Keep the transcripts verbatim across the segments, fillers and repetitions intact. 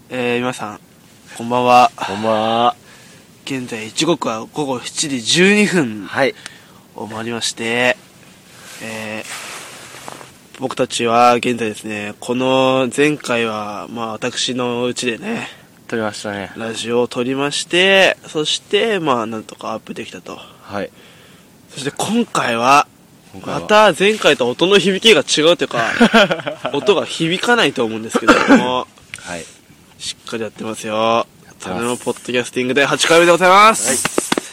えー、皆さんこんばんは。 こんばんは。 現在時刻はごごしちじじゅうにふんはいを回りまして、えー、僕たちは現在ですね、この前回はまあ私のうちでね撮りましたね。 ラジオを撮りまして、そしてまあなんとかアップできたと。 はい。 そして今回は今回はまた前回と音の響きが違うというか音が響かないと思うんですけどもはい。 しっかりやってますよ。 てます種のポッドキャスティングではちかいめでございます。 はい。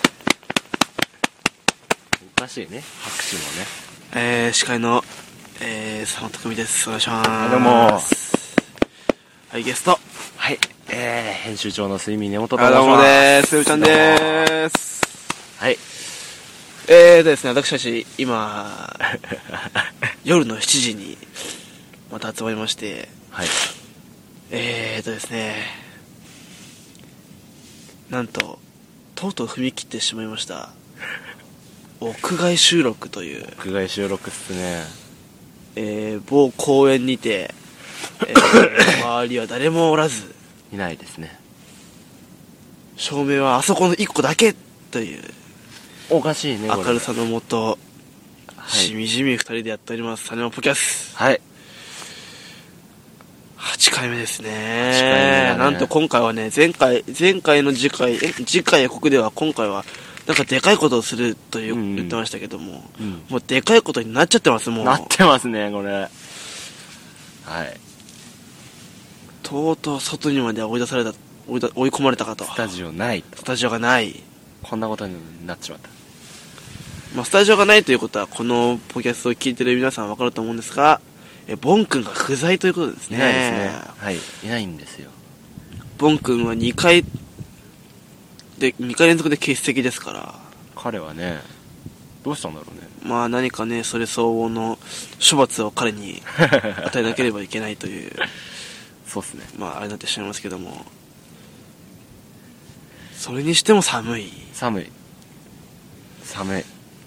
おかしいね、拍手もね。 えー、司会の、えー、佐野匠です。お願いします。 どうも。 はい、ゲスト。 はい。えー、編集長の睡眠根本と申しあ、 ます。 どうもでーす。すみちゃんでーす。 はい。 えーとですね、私たち、今、夜のしちじに、また集まりまして、 はい。 えーとですね、なんと、とうとう踏み切ってしまいました。屋外収録という、 屋外収録っすね。 えー、某公園にて、えー、周りは誰もおらず、 いないですね。 照明はあそこのいっこだけというおかしいね、これ。 明るさのもと、 はい。 しみじみふたりでやっております種のポキャス。 はい。 はちかいめですね。 はちかいめだね。 なんと今回はね、前回前回の次回え次回予告では今回はなんかでかいことをするという、うん、言ってましたけども、うん、もうでかいことになっちゃってます。もうなってますね、これ。はい。 とうとう外にまで追い出された、追いだ追い込まれたかと。 スタジオないと。 スタジオがない。 こんなことになっちまった。 まあ、スタジオがないということはこのポキャストを聞いてる皆さん分かると思うんですが、えボン君が不在ということですね。 いないですね。はい、いないんですよ。 ボン君はにかいでにかい連続で欠席ですから。 彼はね、どうしたんだろうね。 まあ何かね、それ相応の処罰を彼に与えなければいけないというそうっすね。 まああれになってしまいますけども、それにしても寒い。 寒い。寒い。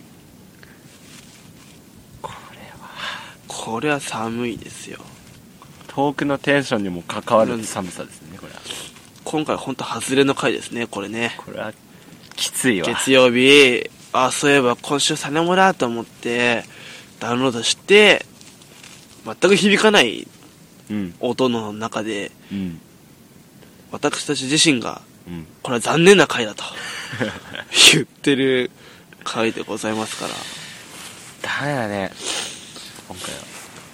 これはこれは寒いですよ。 トークのテンションにも関わる寒さですね、これは。 今回本当外れの回ですね、これね。 これはきついわ。 月曜日、あ、そういえば今週サネモだと思ってダウンロードして全く響かない音の中で、うん、私たち自身が、うん、これは残念な回だと言ってる回でございますから。 ダメだね、今回は。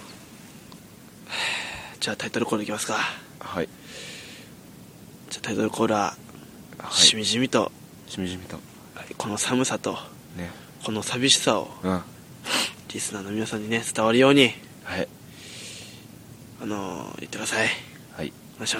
じゃあタイトルコールいきますか。 はい。 じゃあタイトルコールは、はい、しみじみとしみじみとこの寒さと、ね、この寂しさを、うん、リスナーの皆さんにね伝わるように、はい、あのー、言ってください。はい、お願いします。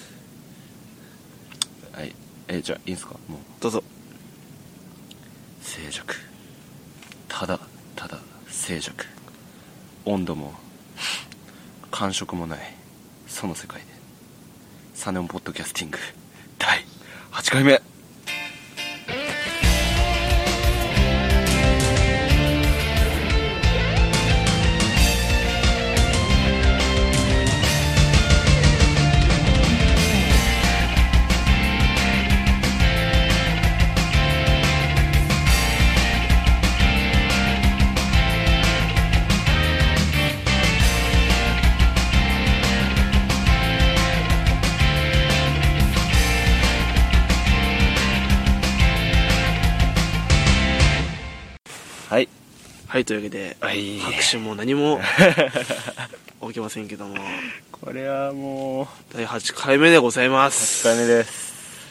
はい。えー、じゃあいいですか。もうどうぞ。 静寂、ただただ静寂、温度も感触もないその世界でサネオンポッドキャスティングだいはちかいめ。はい。 はい、というわけで、はい、拍手も何も起きませんけども、 これはもうだいはちかいめでございます。 はちかいめです。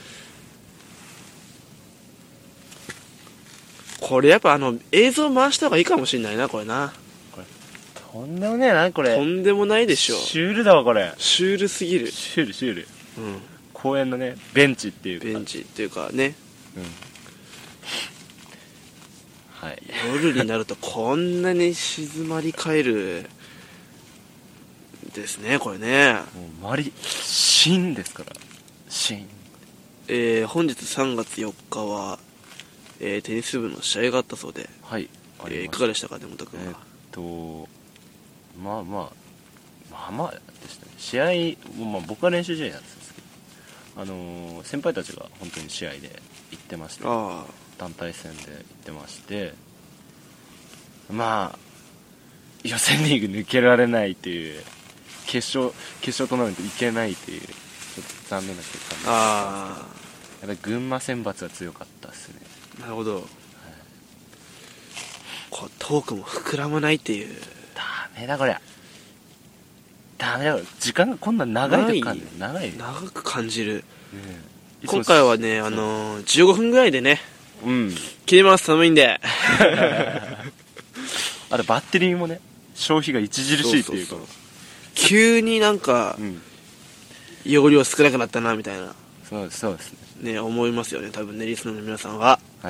これやっぱあの映像回した方がいいかもしれないな、これな。 これとんでもねえな、これ。 とんでもないでしょ。 シュールだわ、これ。 シュールすぎる。 シュールシュール。 うん。 公園のね、ベンチっていうか。 ベンチっていうかね。うん。 はい、 夜になるとこんなに静まり返るですね、これね。もう周りシーンですから。シーン。 えー、本日さんがつよっかは、えー、テニス部の試合があったそうで、 はい、 えー、いかがでしたか、根本君は。 えー、っとまあまあまあまあでしたね。試合、まあ、僕は練習試合なんですあのー、先輩たちが本当に試合で行ってまして、 あ団体戦で行ってまして、まあ予選リーグ抜けられないっていう、決勝決勝トーナメント行けないっていう、ちょっと残念な結果になったんですけど、やっぱり群馬選抜は強かったですね。 あ、なるほど、はい、こうトークも膨らまないっていう。 ダメだこれ、ダメだこれ、時間がこんな長いと感じる、長い長く感じる、ね、 今回はね、あのー、じゅうごふんぐらいでね、 うん、 切ります。寒いんであとバッテリーもね、消費が著しいっていうか、そうそうそう、 急になんか、うん、容量少なくなったなみたいな、 そうですそうですね、 ね、思いますよね、多分ね、リスナーの皆さんは。 はい、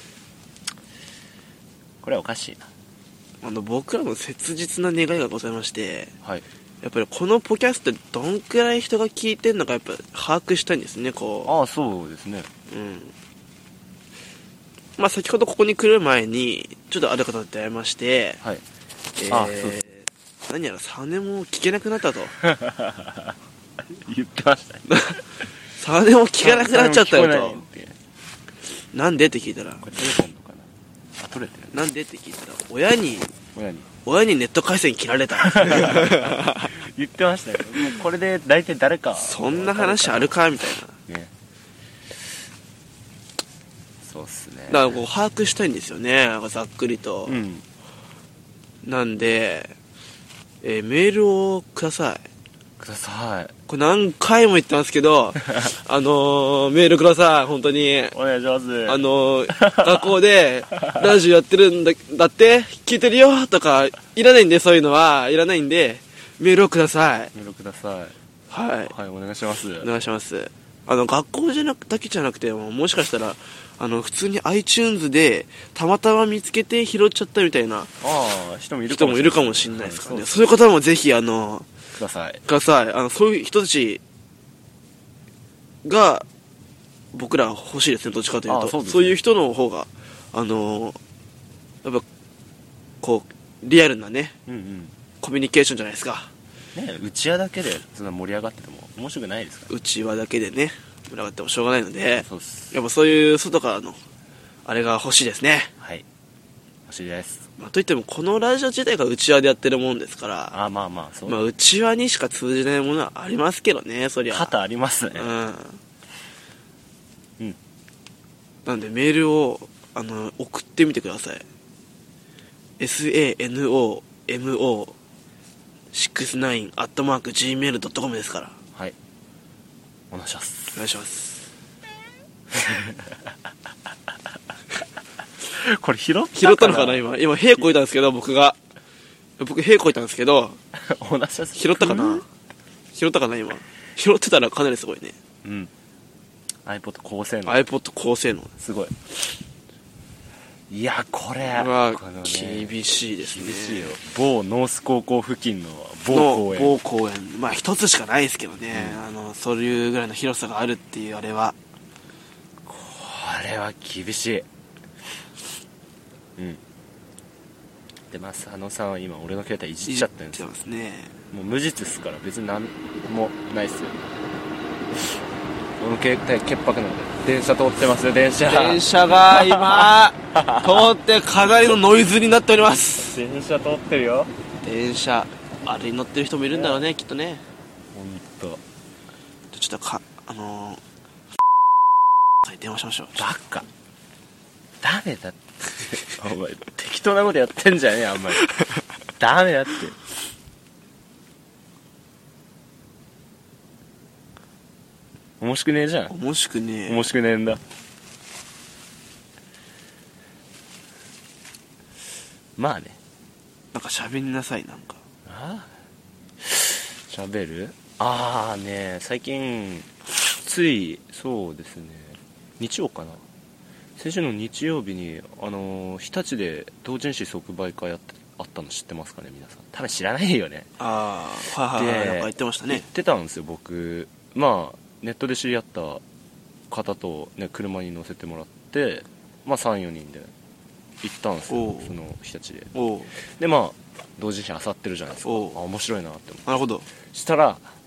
これはおかしいな。 あの僕らの切実な願いがございまして、 はい、 やっぱりこのポキャストどんくらい人が聞いてるのかやっぱ把握したいんですね。こう、 ああ、そうですね、 うん、まあ先ほどここに来る前にちょっとある方と出会いまして、 はい、 えー、ああ、そうです、何やらサネも聞けなくなったと言ってましたねサネも聞かなくなっちゃったよと。なんでって聞いたら、 これテレフォンとかな、あ、取れてる、 なんでって聞いたら、親に親に親にネット回線切られた言ってましたよ。もうこれで大体誰か、 そんな話あるかみたいな、ね、 そうっすね。 だからこう把握したいんですよね、ざっくりと、うん、なんで、えー、メールをくださいください。 これ何回も言ってますけどあのー、メールください、本当にお願いします。 あのー、学校でラジオやってるんだ、だって聞いてるよとかいらないんで、そういうのはいらないんで、メールをください。 メールください。 はい、 はい、お願いします。 お願いします。あの学校じゃなくだけじゃなくて、もしかしたらあの普通に iTunes でたまたま見つけて拾っちゃったみたいな、 あ人もいる人もいるかもしれないですからね、はい、そういう方もぜひあのくださいください。あのそういう人たちが僕ら欲しいですね、どっちかというと。そうですね、そういう人の方があのやっぱこうリアルなね、うんうん、コミュニケーションじゃないですかね。うちわだけでそんな盛り上がってても面白くないですから、ね、 うちわだけでね盛り上がってもしょうがないので、そうっす、やっぱそういう外からのあれが欲しいですね。 はい、欲しいです。 まあ、といってもこのラジオ自体がうちわでやってるもんですから、 あまあまあそう、 まあ、うちわにしか通じないものはありますけどね、そりゃ肩ありますね。うん、 うん、なんでメールをあの送ってみてください。 サノモ ろくじゅうきゅう アットマーク ジーメールドットコム ですから。 はい、お願いします。 お願いしますこれ拾ったかな、 拾ったのかな。今今屁こいたんですけど、僕が僕屁こいたんですけど拾ったかな、拾ったかな。今拾ってたらかなりすごいね。 うん、 iPod 高性能 iPod 高性能すごい。いやこれは、このね、厳しいですね。 厳しいよ。某ノース高校付近の某公園、 某公園、まあ一つしかないですけどね、うん、あのそういうぐらいの広さがあるっていうあれは、 これは厳しい。うんでまあ佐野さんは今俺の携帯いじっちゃってるんですよ。 いじってますね。 もう無実っすから別に何もないっすよ。俺の携帯潔白なので。電車通ってますよ。電車電車が今通ってかなりのノイズになっております。 電車通ってるよ。 電車あれに乗ってる人もいるんだろうね、きっとね。 ほんとちょっとかあのー、電話しましょう。 バカダメだってお前適当なことやってんじゃねえあんまりダメだって面白くねえじゃん。 面白くねえ面白くねえんだ。まあね、 なんか喋りなさい。なんかああ喋る。ああね、最近ついそうですね、日曜かな、先週の日曜日にあのー、日立で同人誌即売会やってあったの知ってますかね皆さん。多分知らないよね。 ああはいはいはい、なんか言ってましたね。 言ってたんですよ僕。まあネットで知り合った方と、ね、車に乗せてもらって、まあ、さんよにんで行ったんですよ、その日立で。でまあ同時に漁ってるじゃないですか。あ面白いなって思って。 なるほど。 したら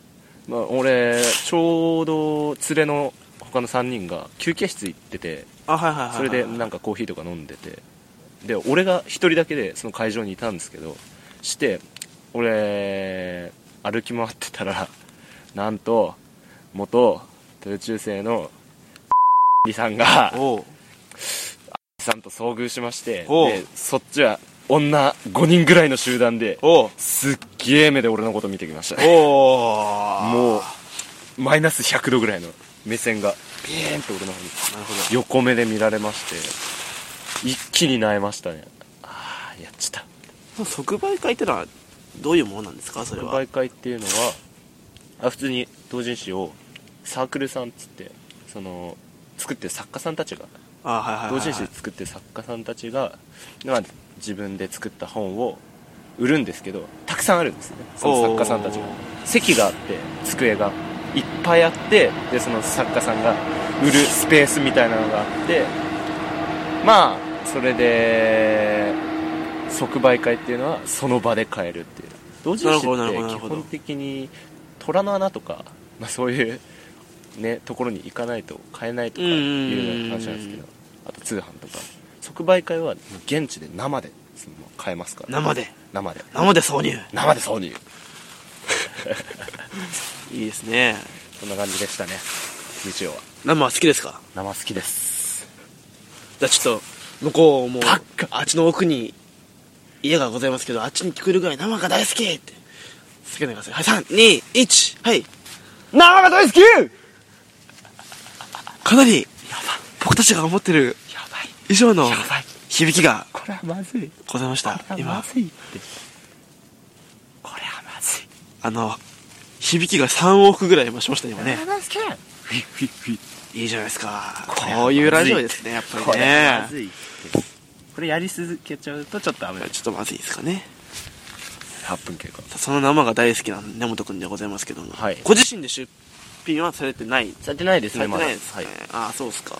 まあ、俺ちょうど連れの他のさんにんが休憩室行ってて、 あ、はいはいはいはい、 それでなんかコーヒーとか飲んでて、で俺が一人だけでその会場にいたんですけど、して俺歩き回ってたら、なんと元豊中生のさんがさんと遭遇しまして、でそっちは女ごにんぐらいの集団ですっげえ目で俺のこと見てきましたね。おもうマイナスひゃくどぐらいの目線がビーンと俺の方に横目で見られまして、一気に萎えましたね。ああやっちゃった。 即売会ってのはどういうものなんですか？それは即売会っていうのは、あ普通に同人誌をサークルさんっつって、その作ってる作家さんたちが、あ、はいはいはいはい、同人誌作ってる作家さんたちが、まあ、自分で作った本を売るんですけど、たくさんあるんですね、その作家さんたちが。席があって机がいっぱいあって、でその作家さんが売るスペースみたいなのがあって、まあそれで即売会っていうのはその場で買えるっていう。同人誌って基本的に虎の穴とか、まあ、そういうねところに行かないと買えないとかいう話なんですけど、あと通販とか。即売会は現地で生で買えますから、 生で生で生で挿入生で挿入いいですね。 そんな感じでしたね、日曜は。 生は好きですか？ 生好きです。 じゃあちょっと向こうもあっちの奥に家がございますけど、あっちに聞こえるぐらい生が大好きって叫んでください。はい、さん、に、いち、はい。 生が大好き。 かなり僕たちが思ってる以上の響きがこれはまずいございました。 今まずいってこれはまずい。 あの響きがさん往復ぐらい増しました今ね。いいじゃないですか。こういうラジオですね、やっぱりね。 これまずいって、これやり続けちゃうとちょっと危ない。 ちょっとまずいですかね。 はっぷん経過。 その生が大好きな根本くんでございますけども、はい、ご自身で出品はされてない？ されてないですね。 されてないですね、まだ。はい、ああ、そうですか。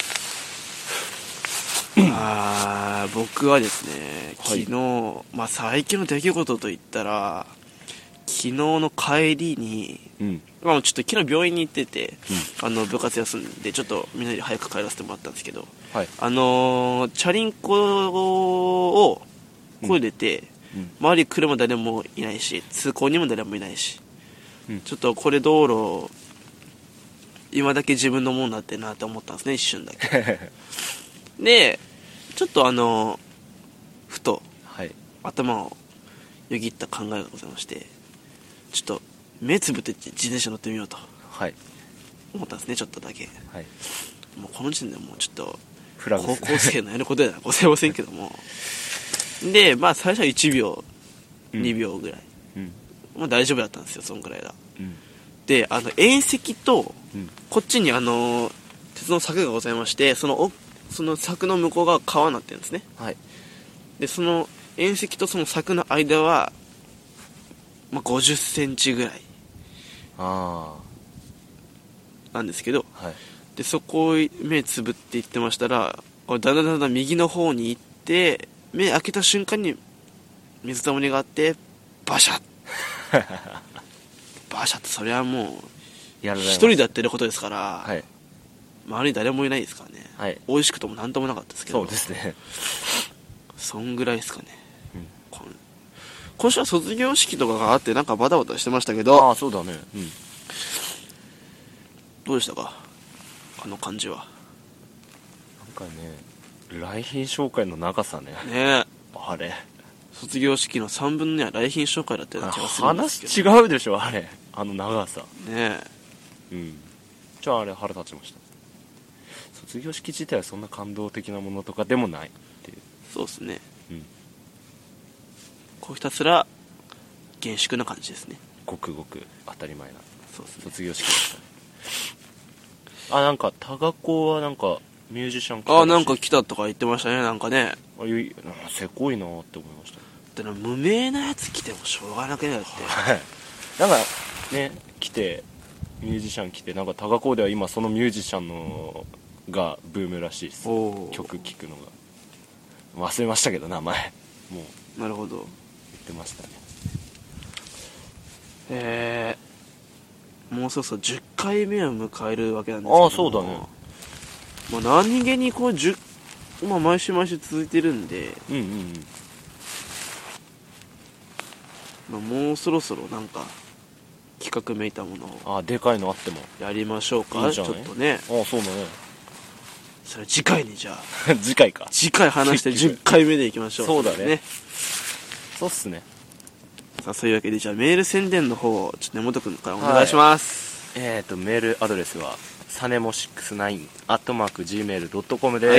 あ僕はですね、昨日、はい、まあ最近の出来事といったら、昨日の帰りに、うん、まあちょっと昨日病院に行ってて、うん、あの部活休んでちょっとみんなで早く帰らせてもらったんですけど、はい、あのー、チャリンコをこいでて、うん、周り車誰もいないし、通行にも誰もいないし、うん、ちょっとこれ道路今だけ自分のものになってるなって思ったんですね、一瞬だけでちょっとあのふと、はい、頭をよぎった考えがございまして、ちょっと目つぶって自転車乗ってみようと思ったんですね、ちょっとだけ、はい、もうこの時点でもうちょっと高校生のやることではございませんけどもでまあ最初はいちびょう、うん、にびょうぐらい、うん、まあ大丈夫だったんですよ、そんぐらいだ、うん、であの縁石と、うん、こっちにあの鉄の柵がございまして、そのその柵の向こうが川になってるんですね、はい、でその縁石とその柵の間は、まあ、ごじゅっセンチぐらいなんですけど、はい、でそこを目つぶって行ってましたら、だんだんだんだん右の方に行って目開けた瞬間に水たまりがあってバシャッバシャッと、それはもう一人でやってることですから、はい、周りに誰もいないですからね、はい、美味しくともなんともなかったですけど、 そうですね、 そんぐらいですかね、うん、今週は卒業式とかがあってなんかバタバタしてましたけど、 ああそうだね、うん、 どうでしたか、あの感じは。 なんかね、来賓紹介の長さね、 ね、 あれ卒業式のさんぶんのには来賓紹介だったような気がするんですけど、 話違うでしょあれ、あの長さねえ、うん、じゃああれ腹立ちました。卒業式自体はそんな感動的なものとかでもないっていう。 そうですね、うん、こうひたすら厳粛な感じですね。 ごくごく当たり前な、 そうですね、 卒業式でしたね。あ、なんかタガコはなんかミュージシャン来たらしい。 あ、なんか来たとか言ってましたね、なんかね。 あ、いいなんかせこいなって思いました。 でも無名なやつ来てもしょうがなくねだってはい、なんかね来てミュージシャン来て、なんかタガコでは今そのミュージシャンのがブームらしいです。曲聴くのが忘れましたけど名前もう。なるほど、 言ってましたね。 えもうそろそろじゅっかいめを迎えるわけなんですけども。 ああそうだね。 まあ、何気にこうじゅう、まあ、毎週毎週続いてるんで、 うんうんうん、 まあ、もうそろそろなんか企画めいたものをあでかいのあってもやりましょうか。 いいんじゃない？ ちょっとね。 ああそうだね。 それ次回にじゃあ次回か。 次回話してじゅっかいめでいきましょう。 そうだね。そうっすね。 さあそういうわけでじゃあメール宣伝の方をちょっと根本くんからお願いします。 はい、えっ、ー、とメールアドレスはサネモろくじゅうきゅうアットマークジーメールドットコムです。はい。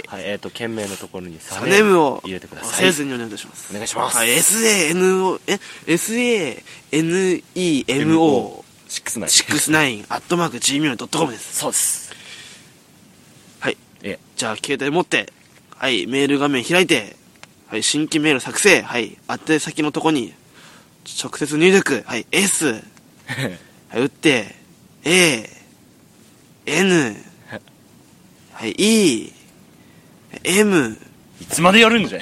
はい、えっ、ー、と件名のところにサネムを入れてください。 せずにお願いいたします。 お願いします。 はい、エスエーエヌオー え エスエーエヌイーエムオー ろくじゅうきゅうアットマークジーメールドットコムです。 そうです。 はい。えじゃあ携帯持ってはいメール画面開いてはい新規メール作成はい宛先のとこに直接入力はい S はい打って A N はい E M いつまでやるんじゃい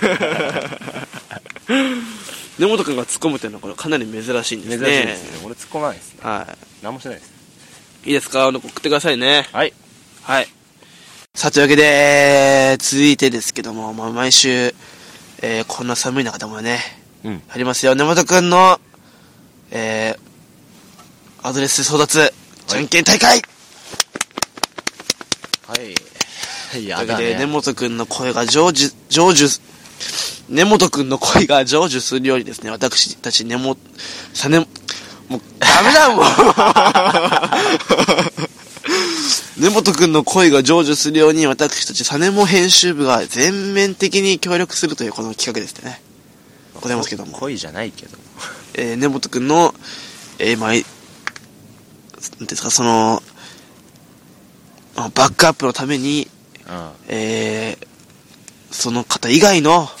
根本くんが突っ込むっていうのはこれかなり珍しいんですね。 珍しいですね。俺突っ込まないですね。 はい何もしないです。 いいですか？送ってくださいね。 はいはい。さあというわけで続いてですけども、まあ、毎週、えー、こんな寒い中でもね、うん、ありますよ根本くんの、えー、アドレス争奪じゃんけん大会はいやだね。 というわけで根本くんの声が成就成就根本くんの声が成就するようにですね、私たち根本さねもうダメだもん根本くんの声が成就するように私たちサネモ編集部が全面的に協力するというこの企画ですねございますけども、 恋じゃないけど、 えー、根本くんの、えー、まあ、なんていうんですか、その、バックアップのために、うん、えー、その方以外の、うん、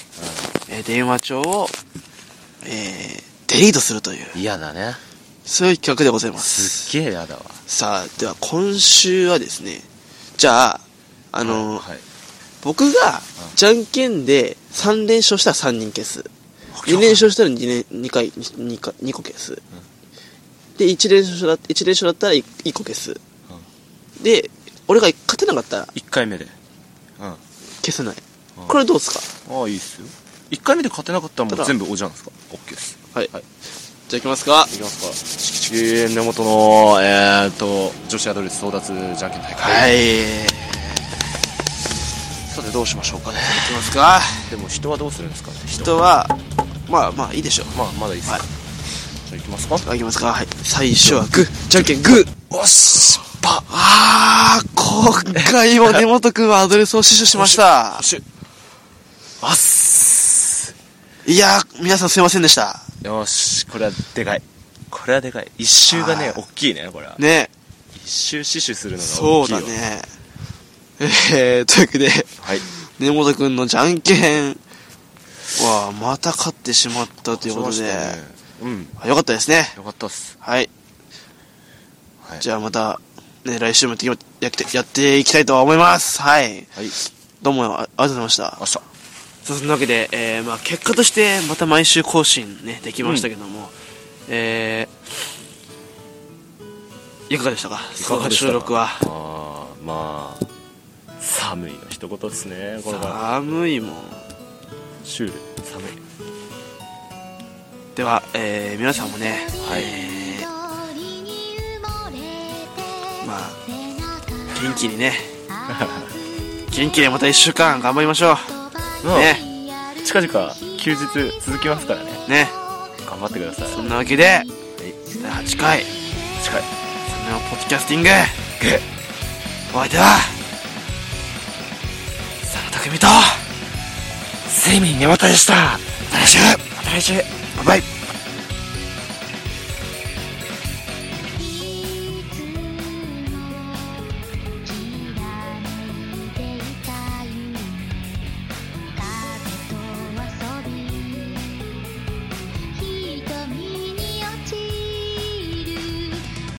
えー、電話帳を、えー、デリートするという。 嫌だね。 そういう企画でございます。 すっげえ嫌だわ。さあ、では今週はですね、じゃあ、あのーはいはい、僕が、じゃんけんでさん連勝したらさんにん消す。に連勝したら 2, 2, 回 2, 回にこ消す、うん、でいち連勝だいち連勝だったらいっこ消す、うん、で俺が勝てなかったらいっかいめで、 うん、消せない、うん、これどうですか？ ああいいっすよ。いっかいめで勝てなかったらもう全部おじゃんですか？ OK です。 はい、はい、じゃあいきますか。 いきますか。チキチキ根元のえーっと女子アドレス争奪じゃんけん大会。 はいさてどうしましょうかね。 いきますか。 でも人はどうするんですかね。 人, 人はまあまあいいでしょう。 まあまだいいですか、はい、じゃあいきますか。 いきますか。はい、最初はグーじゃんけんグー。おっしパあー今回も根本くんはアドレスを死守しました。 あっす。 いやー皆さんすいませんでした。 よしこれはでかい。これはでかい。一周がね大きいね。これはね一周死守するのが大きいよ。 そうだね。えー、というわけで、はい、根本くんのじゃんけんはまた勝ってしまったということで、ね、うん、よかったですね。 よかったっす。 はい、はい、じゃあまた、ね、来週もやってやっていきたいと思います。はい、はい、どうもありがとうございました。 明日そんなわけで、えーまあ、結果としてまた毎週更新、ね、できましたけども、うん、えー、いかがでしたか？ いかがでしたか？ 収録は。 あまあ寒いの一言ですね。これ寒いもん。 シュール寒い。 では、えー、皆さんもね、はい、えー、まあ元気にね元気でまたいっしゅうかん頑張りましょう、 うん、ね。近々休日続きますからね。 ね、 頑張ってください。 そんなわけで、はい、だいはちかいはちかいそのポッドキャスティングお相手は佐野匠とセイミン根本でした。 また来週また来週バイバイ。